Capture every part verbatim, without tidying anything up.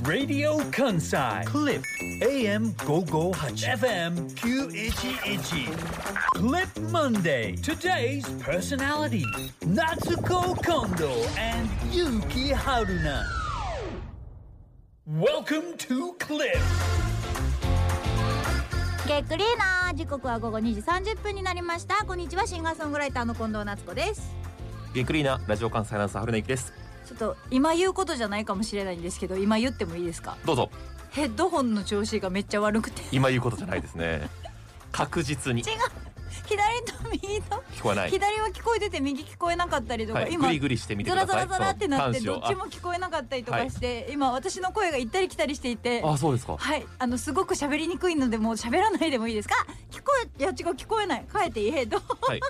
Radio Kansai Clip エーエムごひゃくごじゅうはち エフエムきゅういちいち Clip Monday. Today's personality Natsuko Kondo and Yuki Haruna. Welcome to Clip. げっくりーなー。時刻は午後にじさんじゅっぷんになりました。こんにちは、シンガーソングライターの近藤夏子です。 げっくりーなラジオ関西アナウンサー春名由紀です。 ちょっと今言うことじゃないかもしれないんですけど、今言ってもいいですか？ どうぞ。 ヘッドホンの調子がめっちゃ悪くて今言うことじゃないですね。確実に違う、左と右と聞こえない。 左は聞こえてて右聞こえなかったりとか、 はい、 今グリグリしてみてください。 ザラザラザラってなってどっちもも聞こえなかったりとかして、はい、今私の声が行ったり来たりしていて、 あ、そうですか。 はい、あのすごく喋りにくいのでもう喋らないでもいいですか？聞こえ、いや違う、聞こえない。変えていいヘッドホン、はい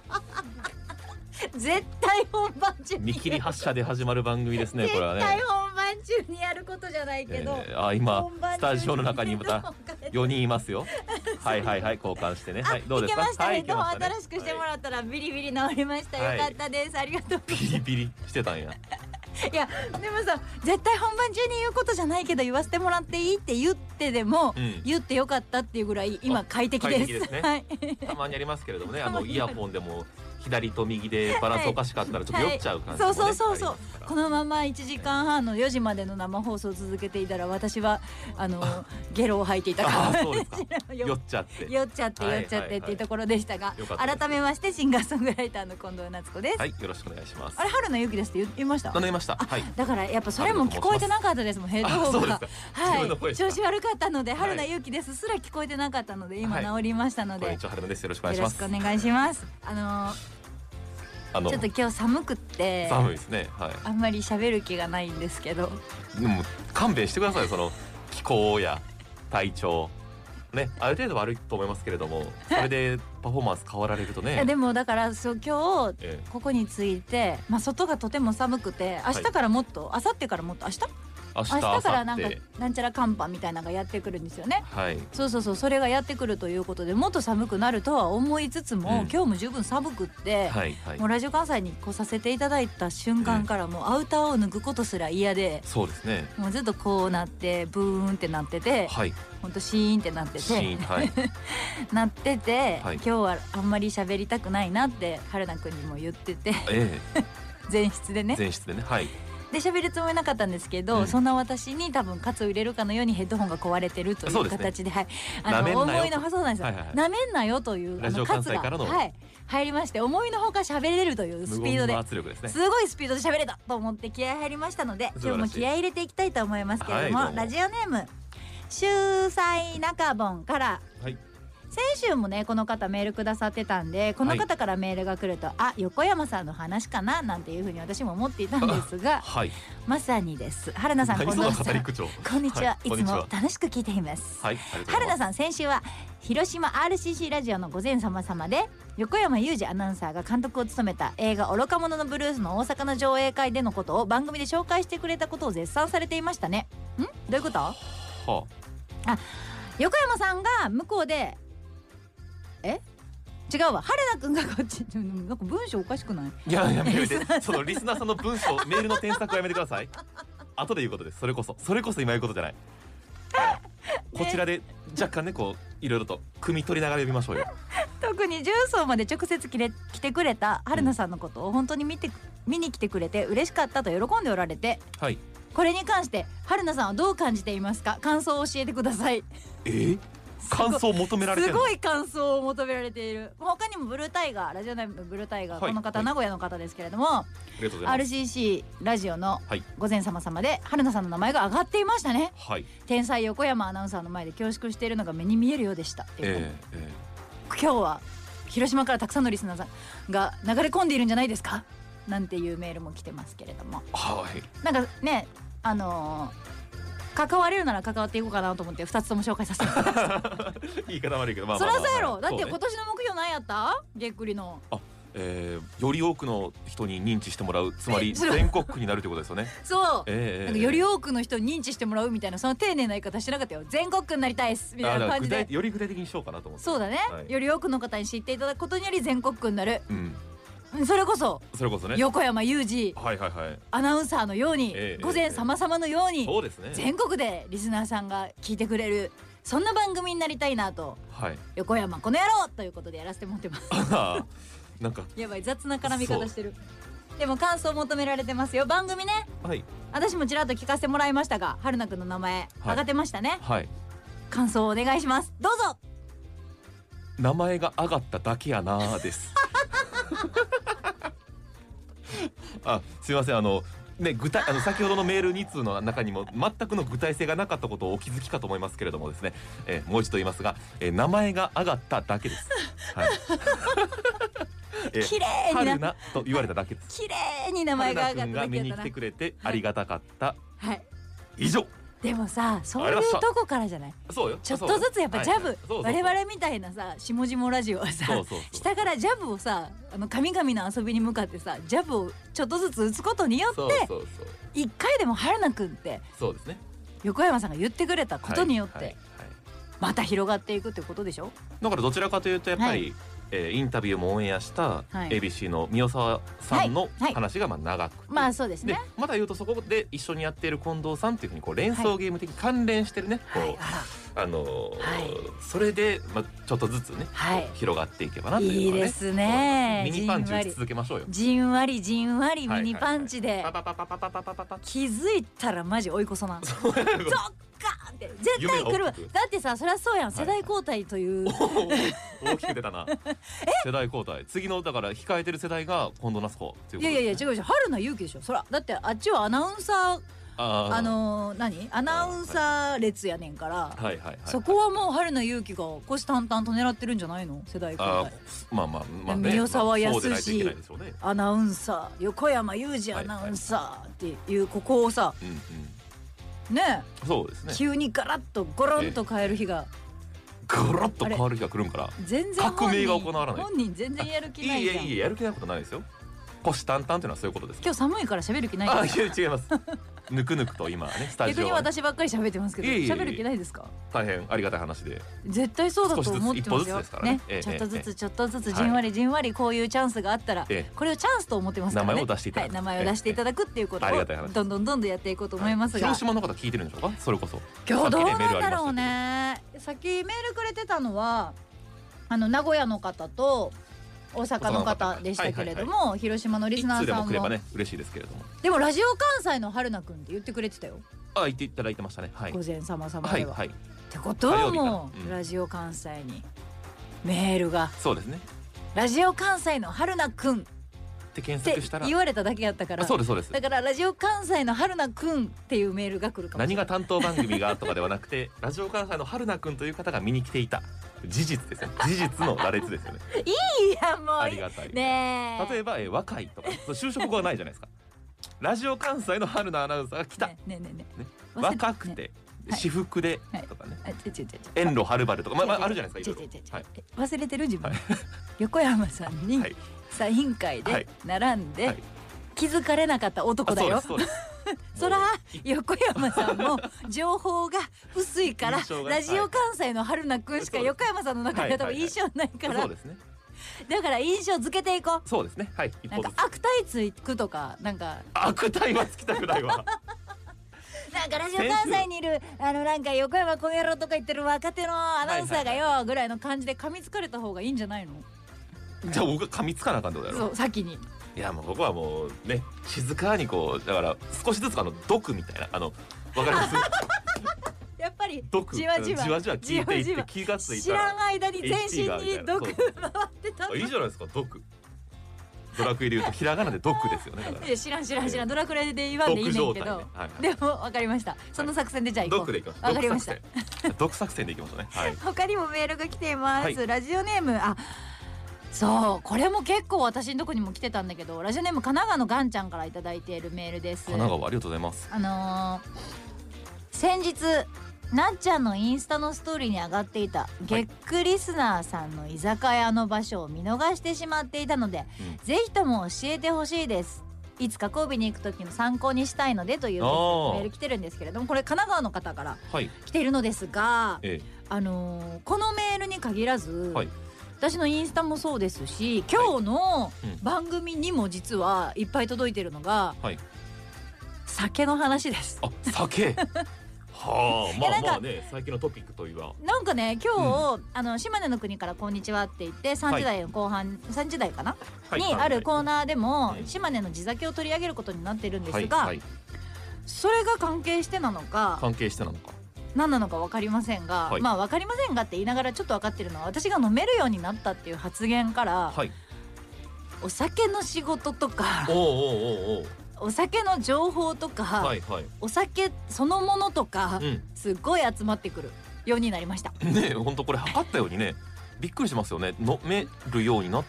絶対本番中に見切り発車で始まる番組ですね、これはね。 絶対本番中にやることじゃないけど、 えー、あ、今スタジオの中にまたよにんいますよ。はいはいはい、交換してね。はい、どうですか？ いけましたね。 はい、 どうも新しくしてもらったらビリビリ治りました。よかったです。ありがとう。 ビリビリしてたんや。 いやでもさ、絶対本番中に言うことじゃないけど言わせてもらっていいって言ってでも、うん、言ってよかったっていうぐらい今快適です。快適ですね。はい、 たまにありますけれどもね、あのイヤホンでも左と右でバランスおかしかったらちょっと酔っちゃう感じもね、 はいはい、そうそうそうそう。このままいちじかんはんのよじまでの生放送を続けていたら私はあのゲロを吐いていたかもしれない。 酔っちゃって酔っちゃって酔っちゃってっていうところでしたが、改めましてシンガーソングライターの近藤夏子です。 はい、よろしくお願いします。 あれ、春名由紀ですって言いました？ 言いました。はい。 だからやっぱそれも聞こえてなかったですもん、ヘッドホンが。はい、調子悪かったので春名由紀ですすら聞こえてなかったので今治りましたので、 こんにちは、春名です。よろしくお願いします。 よろしくお願いします。あのあのちょっと今日寒くって寒いですね、はい、あんまり喋る気がないんですけど、 でも勘弁してください。その気候や体調ね、ある程度悪いと思いますけれども、それでパフォーマンス変わられるとね。 いやでもだからそう今日ここに着いて、ええ、まあ外がとても寒くて、明日からもっと、はい、明後日からもっと明日明日, 明日からなんかなんちゃら寒波みたいなのがやってくるんですよね。 はい、 そうそうそう、それがやってくるということでもっと寒くなるとは思いつつも、うん、今日も十分寒くって、はいはい、もうラジオ関西に来させていただいた瞬間からもうアウターを脱ぐことすら嫌で、 うん、そうですね、 もうずっとこうなってブーンってなってて、はい、ほんとシーンってなってて、はい、なってて、はい、今日はあんまり喋りたくないなって春名くんにも言ってて、ええ、前室でね前室でね、はい、 で喋るつもりなかったんですけど、うん、そんな私に多分カツを入れるかのようにヘッドホンが壊れてるという形で、はい、あの思いのそうなんですよ、はいはい、なめんなよというラジオ関西からの、 はい、入りまして、思いのほか喋れるというスピードで、 圧力ですね、 すごいスピードで喋れたと思って気合入りましたので、今日も気合入れていきたいと思いますけれども、はい、ラジオネーム秀才中本から、はい、先週もねこの方メールくださってたんで、この方からメールが来ると、はい、あ、横山さんの話かななんていうふうに私も思っていたんですが、はい、まさにです。春名さん、近藤さん、こんにちは、はい、いつも楽しく聞いています、はい、春名さん、先週は広島 アールシーシー ラジオの午前様様で横山裕二アナウンサーが監督を務めた映画愚か者のブルースの大阪の上映会でのことを番組で紹介してくれたことを絶賛されていましたね。ん？どういうこと？はあ、横山さんが向こうで、え？違うわ、春名くんがこっち、なんか文章おかしくない？ いややめて、そのリスナーさんの文章メールの添削をやめてください。後で言うことです。それこそそれこそ今言うことじゃない。こちらで若干ねこういろいろと汲み取りながら読みましょうよ。 特に重曹まで直接来れ来てくれた春名さんのことを本当に見て見に来てくれて嬉しかったと喜んでおられて、はい、これに関して春名さんはどう感じていますか？感想を教えてください。 えー感想を求められてる、 すごい感想を求められている。他にもブルータイガー、ラジオネームブルータイガー、はい、この方、はい、名古屋の方ですけれども、 アールシーシー ラジオの午前様様で春名さんの名前が上がっていましたね、はい、天才横山アナウンサーの前で恐縮しているのが目に見えるようでしたっていう、えーえー、今日は広島からたくさんのリスナーさんが流れ込んでいるんじゃないですかなんていうメールも来てますけれども、はい、なんかね、あのー関われるなら関わっていこうかなと思ってふたつとも紹介させてもらいました言い方悪いけど、まあまあまあ、そりゃそうやろ。だって今年の目標何やった？げっくりの、 あ、えー、より多くの人に認知してもらう、つまり全国区になるということですよね。 そう、えー、なんかより多くの人に認知してもらうみたいな、その丁寧な言い方してなかったよ。全国区になりたいっすみたいな感じで、 より具体的にしようかなと思って。 そうだね、はい、より多くの方に知っていただくことにより全国区になる、うん、 それこそそれこそね横山裕二はいはいはいアナウンサーのように、 ええ午前様々のように、 そうですね全国でリスナーさんが聞いてくれるそんな番組になりたいなと、 はい、 横山この野郎ということでやらせてもらってます。 あなんかやばい雑な絡み方してる。でも感想求められてますよ。番組ね、 はい、 私もちらっと聞かせてもらいましたが、春菜くんの名前上がってましたね、 はい、 感想をお願いします。どうぞ。 名前が上がっただけやなーですあ、すいません、あのね、具体あの先ほどのメールに通の中にも全くの具体性がなかったことをお気づきかと思いますけれどもですね、えー、もう一度言いますが、えー、名前が上がっただけです、はいえー、 綺麗に春菜と言われただけです。 綺麗に名前が上がっただけやったな。 春菜くんが見に来てくれてありがたかった、 はい、 以上。 でもさ、そういうとこからじゃない。 そうよ。 ちょっとずつやっぱジャブ、我々みたいなさ下々ラジオはさ、そうそうそう、下からジャブをさ、あの神々の遊びに向かってさジャブをちょっとずつ打つことによって、そうそうそう、一回でも春菜くんってそうですね、 横山さんが言ってくれたことによって、はいはいはい、また広がっていくってことでしょ。 だからどちらかというとやっぱり、はい、えー、インタビューもオンエアした エービーシー の宮沢さんの話がまあ長くて、 まあそうですね。 でまた言うとそこで一緒にやっている近藤さんっていうふうにこう連想ゲーム的に関連してるね、はい、こうあのーはい、それでまあちょっとずつね、はい、広がっていけばなというのはね。いいですね。ミニパンチ打ち続けましょうよ。 じんわりじんわりミニパンチで気づいたらマジ追い越そな。ゾッカーって絶対来る。だってさ、そりゃそうやん、世代交代という、はいはい、 大きく出たな世代交代、次のだから控えてる世代が近藤夏子っていうことですね。 いやいやいや違う違う、春菜勇気でしょ。そらだってあっちはアナウンサー、あ, あのー、何アナウンサー列やねんから、はいはいはいはい、そこはもう春菜勇気が虎視眈々と狙ってるんじゃないの、世代交代。 まあまあまあね、 宮沢康、 まあね、 アナウンサー、横山裕二アナウンサーっていうここをさ、うんうん、ねえ、そうですね、急にガラッとゴロンと変える日が、 ガラッと変わる日が来るんから、全然革命が行われない。 本人全然やる気ないじゃん。 いやいやいや、やる気ないことないですよ。虎視眈々というのはそういうことです。 今日寒いから喋る気ないですか。 あ、いや違いますぬくぬくと今ねスタジオ、 逆に私ばっかり喋ってますけど、喋る気ないですか。 大変ありがたい話で、 絶対そうだと思ってますよね。ちょっとずつちょっとずつじんわりじんわりこういうチャンスがあったら、これをチャンスと思ってますからね。 名前を出していただく、 名前を出していただくっていうことをどんどんどんどんやっていこうと思いますが、 広島の方聞いてるんでしょうか。それこそ今日どうなんだろうね。さっきメールくれてたのはあの名古屋の方と大阪の方でしたけれども、はいはいはい、広島のリスナーさんもいつでも来ればね嬉しいですけれども、 でもラジオ関西の春菜くんって言ってくれてたよ。 あ、言っていただいてましたね、はい、 午前様様では、はいはい、ってことはもう、うん、ラジオ関西にメールが、 そうですね、 ラジオ関西の春菜くんって検索したら言われただけやったから、 そうですそうです。 だからラジオ関西の春菜くんっていうメールが来るかもしれない。 何が担当番組がとかではなくてラジオ関西の春菜くんという方が見に来ていた事実ですよね。事実の羅列ですよねいいやもうありがたいね。 例えばえ若いとか就職後はないじゃないですかラジオ関西の春菜アナウンサーが来た、ねねねねね、若くて、ね、私服でとかね、はい、遠路はるばるとか、まあ、あるじゃないですか、いろいろ、はい、 忘れてる自分、はい、横山さんに、はい、サイン会で並んで、はい、気づかれなかった男だよ。そうですそうですそら横山さんも情報が薄いからラジオ関西の春菜くんしか横山さんの中では多分印象ないから、そうですね、だから印象付けていこう。 そうですね、はい、 なんか悪態つくとか、なんか悪態はつきたくないわなんかラジオ関西にいるあのなんか横山この野郎とか言ってる若手のアナウンサーがよぐらいの感じで噛みつかれた方がいいんじゃないの。 じゃあ僕が噛みつかなあかんってことやろ。 そう、先に。 いやもう僕はもうね静かにこうだから少しずつあの毒みたいなあのわかりますやっぱり毒じわじわじわじわ効いていって気がついたら知らん間に全身に毒回ってた。 いいじゃないですか毒。ドラクエで言うとひらがなで毒ですよね。だからいや知らん知らん知らん、ドラクエで言わんでいいねんけど、ね、はいはい、でもわかりました。その作戦でじゃあ行こう。 毒でいきます。 わかりました。 毒作戦でいきましょうね。はい、 他にもメールが来ています。はい、ラジオネーム、あ、そうこれも結構私のとこにも来てたんだけど、ラジオネーム神奈川のガンちゃんからいただいているメールです。 神奈川ありがとうございます。 あのー、先日なっちゃんのインスタのストーリーに上がっていたゲックリスナーさんの居酒屋の場所を見逃してしまっていたので、うん、ぜひとも教えてほしいです。いつか神戸に行く時の参考にしたいのでというメール来てるんですけれども、これ神奈川の方から来ているのですが、はい、あのー、このメールに限らず、はい、 私のインスタもそうですし、今日の番組にも実はいっぱい届いてるのが、はい、酒の話です。 あ、酒はあ、まあまあね、最近のトピックといえばなんかね、今日、うん、あの島根の国からこんにちはって言ってさんじだいの後半、はい、さんじだいかな、はい、にあるコーナーでも、はい、島根の地酒を取り上げることになってるんですが、はいはい、それが関係してなのか関係してなのか何なのか分かりませんが、はい、まあ分かりませんがって言いながらちょっと分かってるのは、私が飲めるようになったっていう発言から、はい、お酒の仕事とかおうおうおうおうお酒の情報とか、はいはい、お酒そのものとか、うん、すごい集まってくるようになりましたね。え、本当これ測ったようにね、びっくりしますよね。飲めるようになって、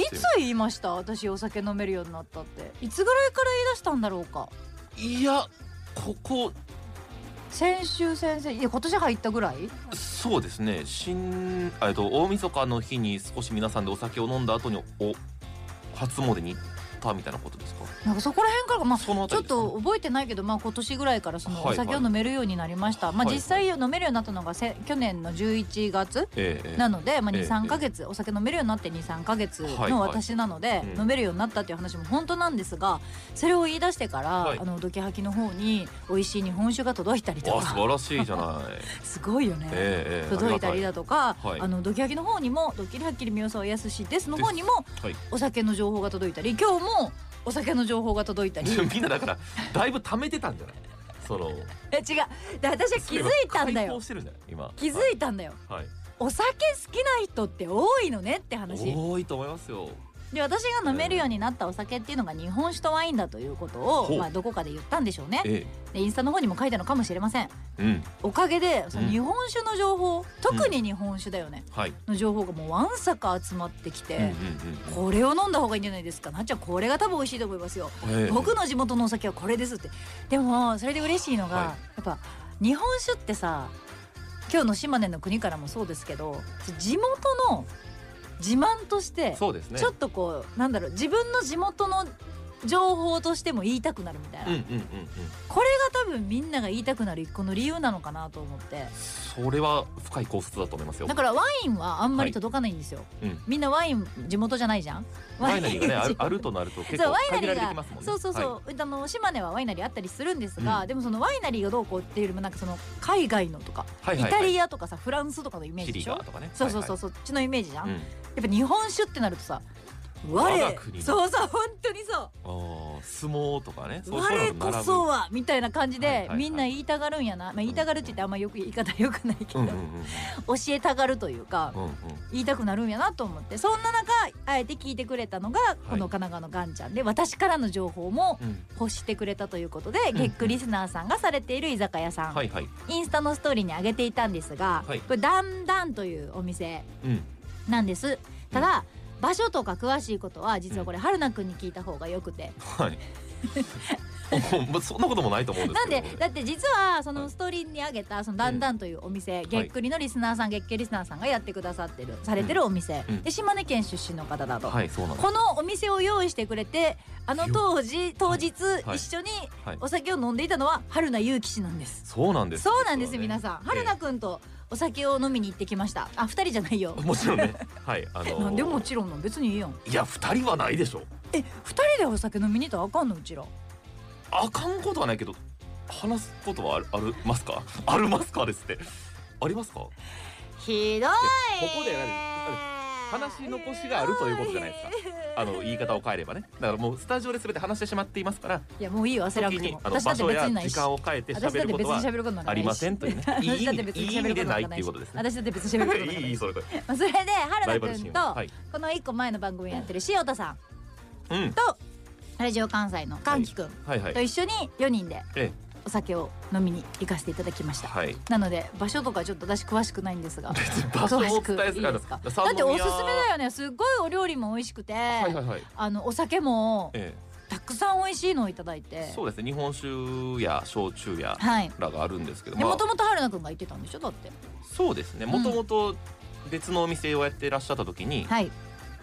いつ言いました？私お酒飲めるようになったって。いつぐらいから言い出したんだろうか。 いや、ここ先週先生いや今年入ったぐらい。 そうですね。新えっと大晦日の日に少し皆さんでお酒を飲んだ後にお初詣に行ったみたいなことですか。 なんかそこら辺からまあちょっと覚えてないけど、まあ今年ぐらいからそのお酒を飲めるようになりました。はいはい、まあ実際飲めるようになったのがせ去年のじゅういちがつなので、ええ、まあにさんかげつ、ええ、お酒飲めるようになってにさんかげつの私なので、はいはい、飲めるようになったっていう話も本当なんですが、それを言い出してから、はい、あのドキハキの方に美味しい日本酒が届いたりとか、 素晴らしいじゃないすごいよね、ええ、届いたりだとか、あ、はい、あのドキハキの方にもドッキリはっきり宮沢やすしですの方にも、はい、お酒の情報が届いたり、今日もお酒の情報が届いたりみんなだからだいぶ貯めてたんじゃないそのえ違うで私は気づいたんだよ。 今気づいたんだよ、はい、お酒好きな人って多いのねって話。 多いと思いますよ。 で私が飲めるようになったお酒っていうのが日本酒とワインだということを、まあ、どこかで言ったんでしょうね、ええ、でインスタの方にも書いたのかもしれません、うん、おかげでその日本酒の情報、うん、特に日本酒だよね、うん、の情報がもうわんさか集まってきて、うんうんうんうん、これを飲んだ方がいいんじゃないですか。なっちゃんこれが多分美味しいと思いますよ、ええ、僕の地元のお酒はこれですって。でもそれで嬉しいのが、はい、やっぱ日本酒ってさ、今日の島根の国からもそうですけど、地元の自慢として、そうですね、ちょっとこうなんだろう、自分の地元の情報としても言いたくなるみたいな、うんうんうんうん、これが多分みんなが言いたくなるこの理由なのかなと思って。 それは深い考察だと思いますよ。 だからワインはあんまり届かないんですよ、はいうん、みんなワイン地元じゃないじゃん。 ワイナリーがねある、あるとなると結構限られてきますもんね。 そうそうそう、はい、あの島根はワイナリーあったりするんですが、うん、でもそのワイナリーがどうこうっていうよりもなんかその海外のとか、はいはいはい、イタリアとかさフランスとかのイメージでしょ。とかね、そうそうそう、そっちのイメージじゃん、うん、やっぱ日本酒ってなるとさ、我そうそう本当にそう、 あ相撲とかね、 そう我こそはみたいな感じで、はいはいはい、みんな言いたがるんやな、まあ、言いたがるって言ってあんまよく言い方よくないけど、うんうんうん、教えたがるというか、うんうん、言いたくなるんやなと思って、そんな中あえて聞いてくれたのがこの神奈川のガンちゃんで、私からの情報も欲してくれたということで、うん、ゲックリスナーさんがされている居酒屋さん、はいはい、インスタのストーリーに上げていたんですが、はい、これダンダンというお店なんです、うん、ただ、うん場所とか詳しいことは実はこれ春菜くんに聞いた方がよくて、はい、 そんなこともないと思うんですけど、 なんでだって実はそのストーリーに上げたそのダンダンというお店、うん、げっくりのリスナーさん、げっけリスナーさんがやってくださってるされてるお店、うん、で島根県出身の方だと、はい、そうなんです。このお店を用意してくれて、あの当時当日一緒にお酒を飲んでいたのは春菜祐希氏なんです。 そうなんです。 そうなんです、皆さん。春菜くんとお酒を飲みに行ってきました。あ、二人じゃないよ。 もちろんね。はい。 あのー、なんでもちろんの別にいいやん。 いや二人はないでしょ。 え、二人でお酒飲みに行ったらあかんのうちら。 あかんことはないけど話すことはあるありますか？ありますかですって。ありますか？ ひどい。ここで話し残しがあるということじゃないですか。あの言い方を変えればね。だからもうスタジオで全て話してしまっていますから。 いやもういいよ、焦らなくても。 私だって別にないし。場所や時間を変えて喋ることはありませんというね。いい意味でないっていうことですね。 私だって別に喋ることない。 いいそれこれ。それで原田君とこの一個前の番組やってる塩田さんとラジオ関西の歓喜くんと一緒によにんでお酒を飲みに行かせていただきました、はい、なので場所とかちょっと私詳しくないんですが場所をお伝えするいいですか？だっておすすめだよね。すっごいお料理も美味しくて、はいはいはい、あのお酒も、ええ、たくさん美味しいのをいただいて。 そうですね、日本酒や焼酎やらがあるんですけど、 もともと春菜くんが言ってたんでしょ。だってそうですね、もともと別のお店をやってらっしゃった時に、はい、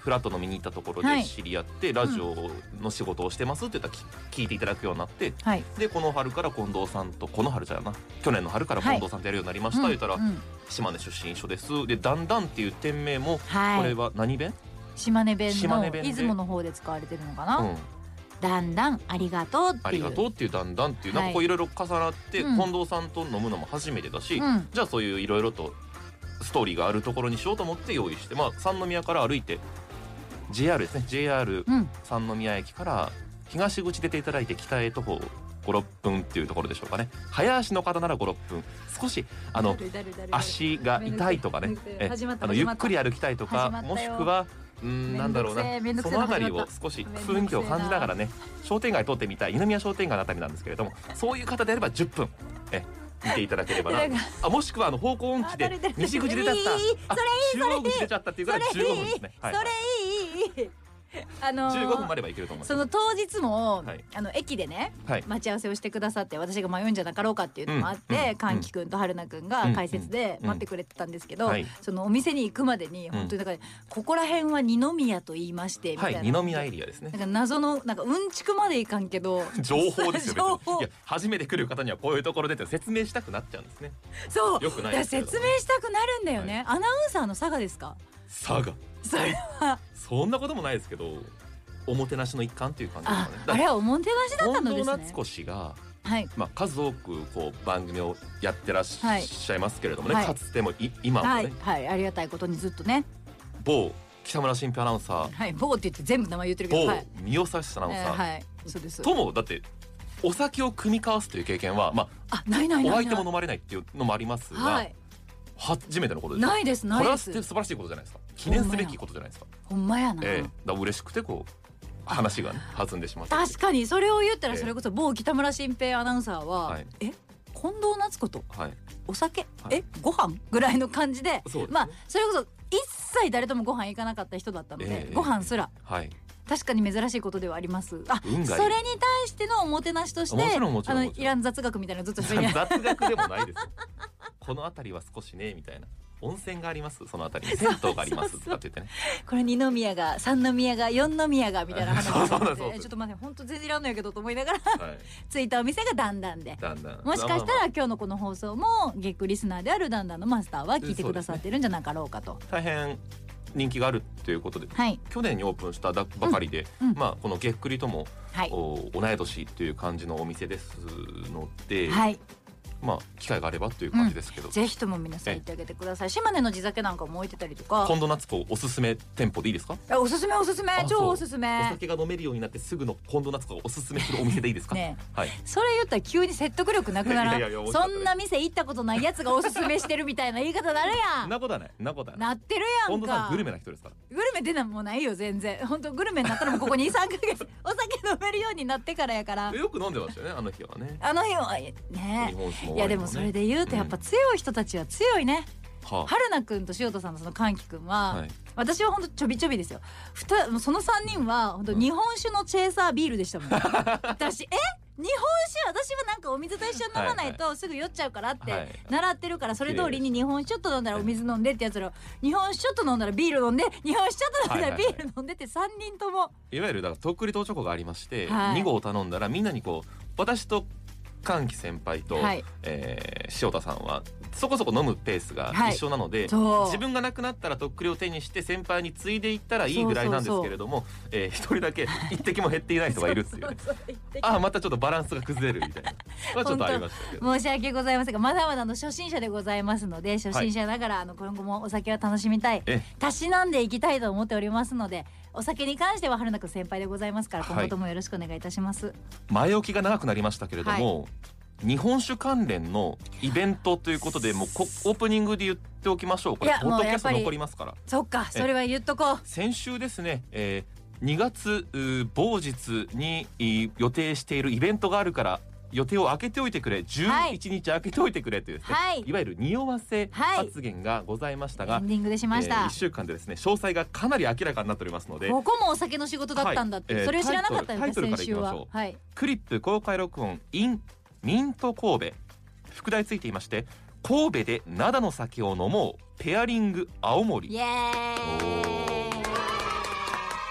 フラット飲みに行ったところで知り合って、はい、ラジオの仕事をしてますって言ったら聞いていただくようになって、はい、でこの春から近藤さんとこの春じゃな去年の春から近藤さんとやるようになりました、はい、言ったら、うんうん、島根出身一緒ですでだんだんっていう店名も、はい、これは何弁？ 島根弁の出雲の方で使われてるのかな、うん、だんだんありがとうっていうありがとうっていうだんだんっていう、はい、なんかこういろいろ重なって、うん、近藤さんと飲むのも初めてだし、うん、じゃあそういういろいろとストーリーがあるところにしようと思って用意して、まあ三宮から歩いて ジェイアール ですね ジェイアール 三宮駅から東口出ていただいて北へ徒歩ご、ろっぷんっていうところでしょうかね。早足の方ならご、ろっぷん少しあの足が痛いとかねえあのゆっくり歩きたいとかもしくはうんなんだろうなそのあたりを少し雰囲気を感じながらね商店街通ってみたい二宮商店街のあたりなんですけれどもそういう方であればじゅっぷんえ見ていただければなあもしくはあの方向音痴で西口出ちゃったあ中央口出ちゃったっていうからじゅうごふんですね。 それいいあのー、 じゅうごふんまではいけると思います。 その当日も、はい、あの駅でね、はい、待ち合わせをしてくださって私が迷うんじゃなかろうかっていうのもあって、かんきくんとはるなくんが解説で待ってくれてたんですけど、うんうんうん、そのお店に行くまでに本当になんか、うん、ここら辺は二宮と言いましてみたいな、はい、 二宮エリアですね。 なんか謎のなんかうんちくまでいかんけど情報ですよ別にいや初めて来る方にはこういうところでって説明したくなっちゃうんですね。 そうよくないですけど、 説明したくなるんだよね、はい、アナウンサーの差がですか。 差がそれはそんなこともないですけどおもてなしの一環という感じですかね。 あ, あれはおもてなしだったのですね。 近藤夏子氏が、はいまあ、数多くこう番組をやってらっしゃいますけれどもね、はい、かつてもい今もね、 はいはい、ありがたいことにずっとね某北村新平アナウンサー、 はい、某って言って全部名前言ってるけど某三代久アナウンサー、えーはい、そうですともだってお酒を組み交わすという経験は、まあ、あないないないないお相手も飲まれないっていうのもありますが、はい、初めてのことですよ。 ないですないです。 これは素晴らしいことじゃないですか。記念すべきことじゃないですか。 ほんまやな、 えー、だ嬉しくてこう話が、ね、弾んでしまった。 確かにそれを言ったらそれこそ某北村新平アナウンサーは、はい、え近藤夏子と、はい、お酒、はい、えご飯ぐらいの感じ で, で、ね、まあそれこそ一切誰ともご飯行かなかった人だったので、えー、ご飯すら、はい、確かに珍しいことではあります。あ、それに対してのおもてなしとしてあのいらん雑学みたいなのずっとしゃべり雑学でもないですよこの辺りは少しねみたいな温泉がありますそのあたりに銭湯がありますとかって言ってねこれ二宮が三宮が四宮がみたいな話をしてちょっと待って本当全然いらんのやけどと思いながら、はい、着いたお店がだんだんでだんだんもしかしたら今日のこの放送もゲックリスナーであるだんだんのマスターは聞いてくださってるんじゃなかろうかと、ね、 大変人気があるということで、はい、去年にオープンしたばかりで、うんうんまあ、このゲックリとも、はい、お同い年という感じのお店ですので、はいまあ機会があればという感じですけど、うん、 ぜひとも皆さん行ってあげてください。島根の地酒なんかも置いてたりとか。 近藤夏子おすすめ店舗でいいですか？ おすすめおすすめ超おすすめ。 お酒が飲めるようになってすぐの近藤夏子がおすすめするお店でいいですか？ね、はい。 それ言ったら急に説得力なくならん。いやいやいやそんな店行ったことないやつがおすすめしてるみたいな言い方なるやん。 そんなことはないなことはない。 なってるやんか。 近藤さんグルメな人ですから。 グルメってのもないよ全然。本当グルメになったらもうここ にさんかげつお酒飲めるようになってからやから。 よく飲んでましたよねあの日はね。 あの日はね。ねいやでもそれで言うとやっぱ強い人たちは強いね。はるなくんと塩田さんのそのかんきくんは、はい、私は本当ちょびちょびですよ。ふたそのさんにんは本当日本酒のチェーサービールでしたもん。私え日本酒私はなんかお水と一緒に飲まないとすぐ酔っちゃうからって習ってるからそれ通りに日本酒ちょっと飲んだらお水飲んでってやつら日本酒ちょっと飲んだらビール飲んで日本酒ちょっと飲んだらビール飲んでってさんにんともいわゆるだからとっくりとチョコがありまして、はい、にごう頼んだらみんなにこう私とかんき先輩と、はいえー、塩田さんはそこそこ飲むペースが一緒なので、はい、自分がなくなったらとっくりを手にして先輩に継いでいったらいいぐらいなんですけれども一人だけ一滴も減っていない人がいるっていうねあまたちょっとバランスが崩れるみたいなまあちょっとありましたけど申し訳ございませんがまだまだの初心者でございますので初心者ながら、はい、あの今後もお酒を楽しみたいたしなんでいきたいと思っておりますのでお酒に関しては春菜くん先輩でございますから今後ともよろしくお願いいたします、はい、 前置きが長くなりましたけれども、はい日本酒関連のイベントということでもうオープニングで言っておきましょう。これポッドキャスト残りますから。 そっかそれは言っとこう。 先週ですね、えー、にがつ某日に予定しているイベントがあるから予定を空けておいてくれじゅういちにち空けておいてくれというですね、はい、いわゆる匂わせ発言がございましたが、 はい、エンディングでしました、えー、 いっしゅうかんでですね詳細がかなり明らかになっておりますのでここもお酒の仕事だったんだって、はいえー、それを知らなかったんですね先週は、 はい、クリップ公開録音 in ミント神戸副題ついていまして神戸で灘の酒を飲もうペアリング青森イエーイ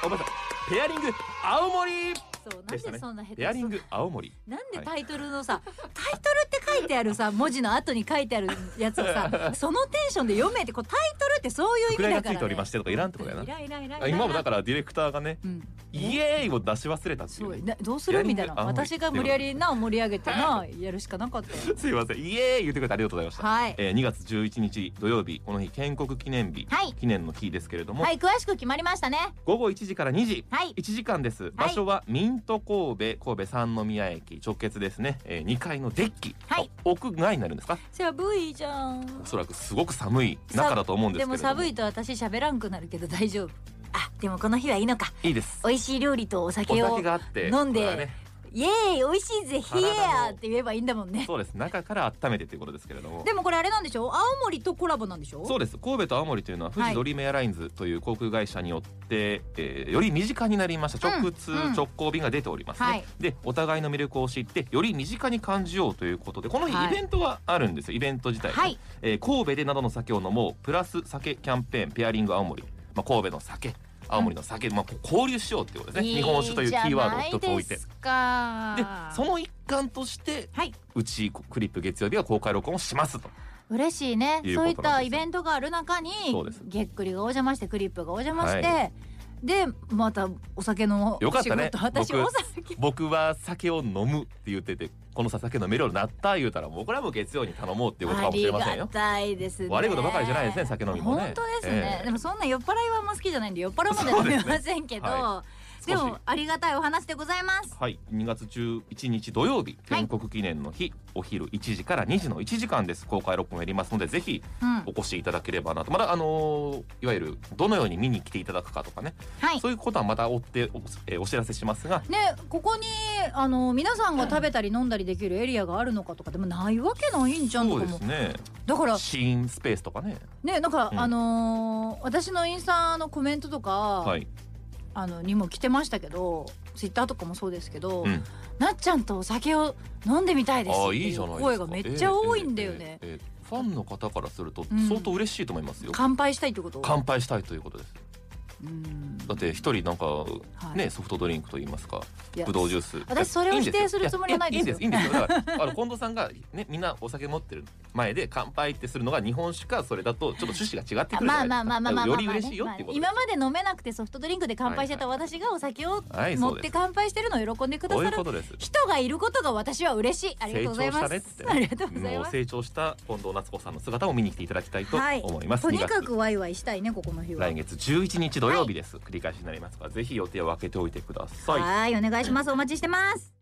ごめんなさい、ペアリング青森そうなんでそんな下手くそ、 ペアリング青森、 なんでタイトルのさ、はい、タイトルって書いてあるさ文字の後に書いてあるやつをさそのテンションで読めって、こうタイトルってそういう意味だからね。 がついておりましてとかいらんってことやな。 いらんいらんいらんいらん。 今もだからディレクターがね、うん、イエーイを出し忘れたっていう、ね、 そうどうするみたいな、私が無理やりな盛り上げてなやるしかなかったよ。 すいません、イエーイ言ってくれてありがとうございました。 はい、 えー、にがつじゅういちにち土曜日、この日建国記念日、はい、記念の日ですけれども、 はい、詳しく決まりましたね。 ごごいちじからにじ、 はい、 いちじかんです。場所はミント神戸、神戸三宮駅直結ですね、えー、にかいのデッキ、はい、屋外になるんですか。 寒いじゃん。 おそらくすごく寒い中だと思うんですけれども、 でも寒いと私喋らんくなるけど大丈夫。あ、でもこの日はいいのか。 いいです。 美味しい料理とお酒を飲んで、イエーイ美味しいぜヒエーって言えばいいんだもんね。 そうです、中から温めてということですけれども。 でもこれあれなんでしょう、青森とコラボなんでしょう。 そうです、神戸と青森というのは富士ドリームエアラインズという航空会社によって、えー、より身近になりました。直通、うん、直行便が出ておりますね、はい、でお互いの魅力を知ってより身近に感じようということで、この日イベントがあるんですよ、はい、イベント自体、はい、えー、神戸で喉の酒を飲もうプラス酒キャンペーンペアリング青森、まあ、神戸の酒青森の酒、まあ、交流しようっていうことですね。日本酒というキーワードを一つ置いて、でその一環として、はい、うちクリップ月曜日は公開録音をしますと。 嬉しいね。そういったイベントがある中にげっくりがお邪魔してクリップがお邪魔して、はい、でまたお酒のよかったね。 私僕, 僕は酒を飲むって言ってて、この酒飲めるようになった言うたら、もうこれはもう月曜に頼もうっていうことかもしれませんよ。 ありがたいですね。 悪いことばかりじゃないですね、酒飲みもね。 本当ですね、えー、でもそんな酔っ払いはあんま好きじゃないんで酔っ払うまで飲めませんけど、はい、でもありがたいお話でございます。 はい、にがつじゅういちにち土曜日、建国記念の日、はい、お昼いちじからにじのいちじかんです。公開録音やりますので、ぜひお越しいただければなと、うん、まだあのー、いわゆるどのように見に来ていただくかとかね、はい、そういうことはまた追ってお、えー、お知らせしますがね、ここにあのー、皆さんが食べたり飲んだりできるエリアがあるのかとかでもないわけないんじゃんとかも。 そうですね。 だからシーンスペースとかね。 ね、なんか、うん、あのー、私のインスタのコメントとか、はい、あのにも来てましたけど、ツイッターとかもそうですけど、うん、なっちゃんとお酒を飲んでみたいですっていう声がめっちゃ多いんだよね。 えーえーえー、ファンの方からすると相当嬉しいと思いますよ、うん、 乾杯したいってこと。 乾杯したいということです。うん、だって一人なんかね、はい、ソフトドリンクといいますか、ブドウジュース、 私それを否定するつもりはないですよ。 いいんですいいんですよ。だからあの近藤さんがね、みんなお酒持ってる前で乾杯ってするのが日本酒か、それだとちょっと趣旨が違ってくるじゃないですか。まあまあまあまあまあ、より嬉しいよっていうこと。 今まで飲めなくてソフトドリンクで乾杯してた私がお酒を持って乾杯してるのを喜んでくださる人がいることが私は嬉しい。ありがとうございます。 成長したねっつってね、ありがとうございます。成長した近藤夏子さんの姿を見に来ていただきたいと思います。 はい、とにかくワイワイしたいね、ここの日は。 来月じゅういちにち土曜日です。はい、繰り返しになりますが、ぜひ予定を空けておいてください。 はい、お願いします。お待ちしてます。